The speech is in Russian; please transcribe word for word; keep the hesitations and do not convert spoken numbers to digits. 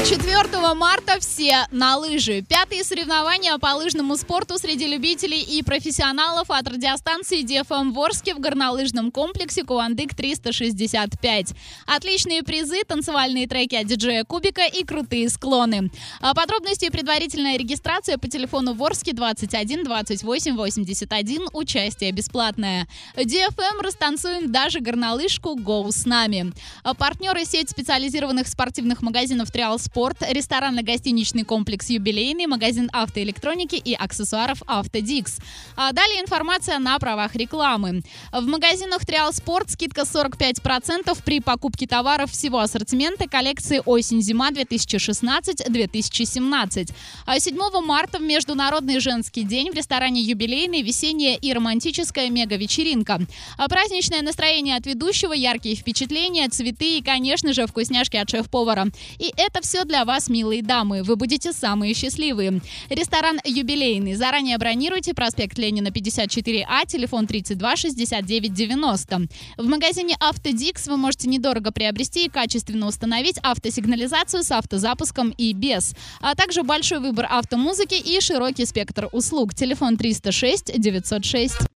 четвёртого марта все на лыжи. Пятые соревнования по лыжному спорту среди любителей и профессионалов от радиостанции ди эф эм в Орске в горнолыжном комплексе Кувандык триста шестьдесят пять. Отличные призы, танцевальные треки от диджея Кубика и крутые склоны. Подробности и предварительная регистрация по телефону в Орске двадцать один двадцать восемь восемьдесят один. Участие бесплатное. ди эф эм растанцуем даже горнолыжку «Гоу с нами». Партнеры — сеть специализированных спортивных магазинов «Триал Спорт», ресторанно-гостиничный комплекс «Юбилейный», магазин автоэлектроники и аксессуаров «Автодикс». А далее информация на правах рекламы. В магазинах «Триал Спорт» скидка сорок пять процентов при покупке товаров всего ассортимента коллекции осень-зима две тысячи шестнадцать — две тысячи семнадцать. А седьмого марта в Международный женский день в ресторане «Юбилейный» весенняя и романтическая мега-вечеринка. А праздничное настроение от ведущего, яркие впечатления, цветы и, конечно же, вкусняшки от шеф-повара. И это все для вас, милые дамы. Вы будете самые счастливые. Ресторан «Юбилейный». Заранее бронируйте. Проспект Ленина, пятьдесят четыре А, телефон тридцать два шестьдесят девять девяносто. В магазине «Автодикс» вы можете недорого приобрести и качественно установить автосигнализацию с автозапуском и без. А также большой выбор автомузыки и широкий спектр услуг. Телефон триста шесть девятьсот шесть.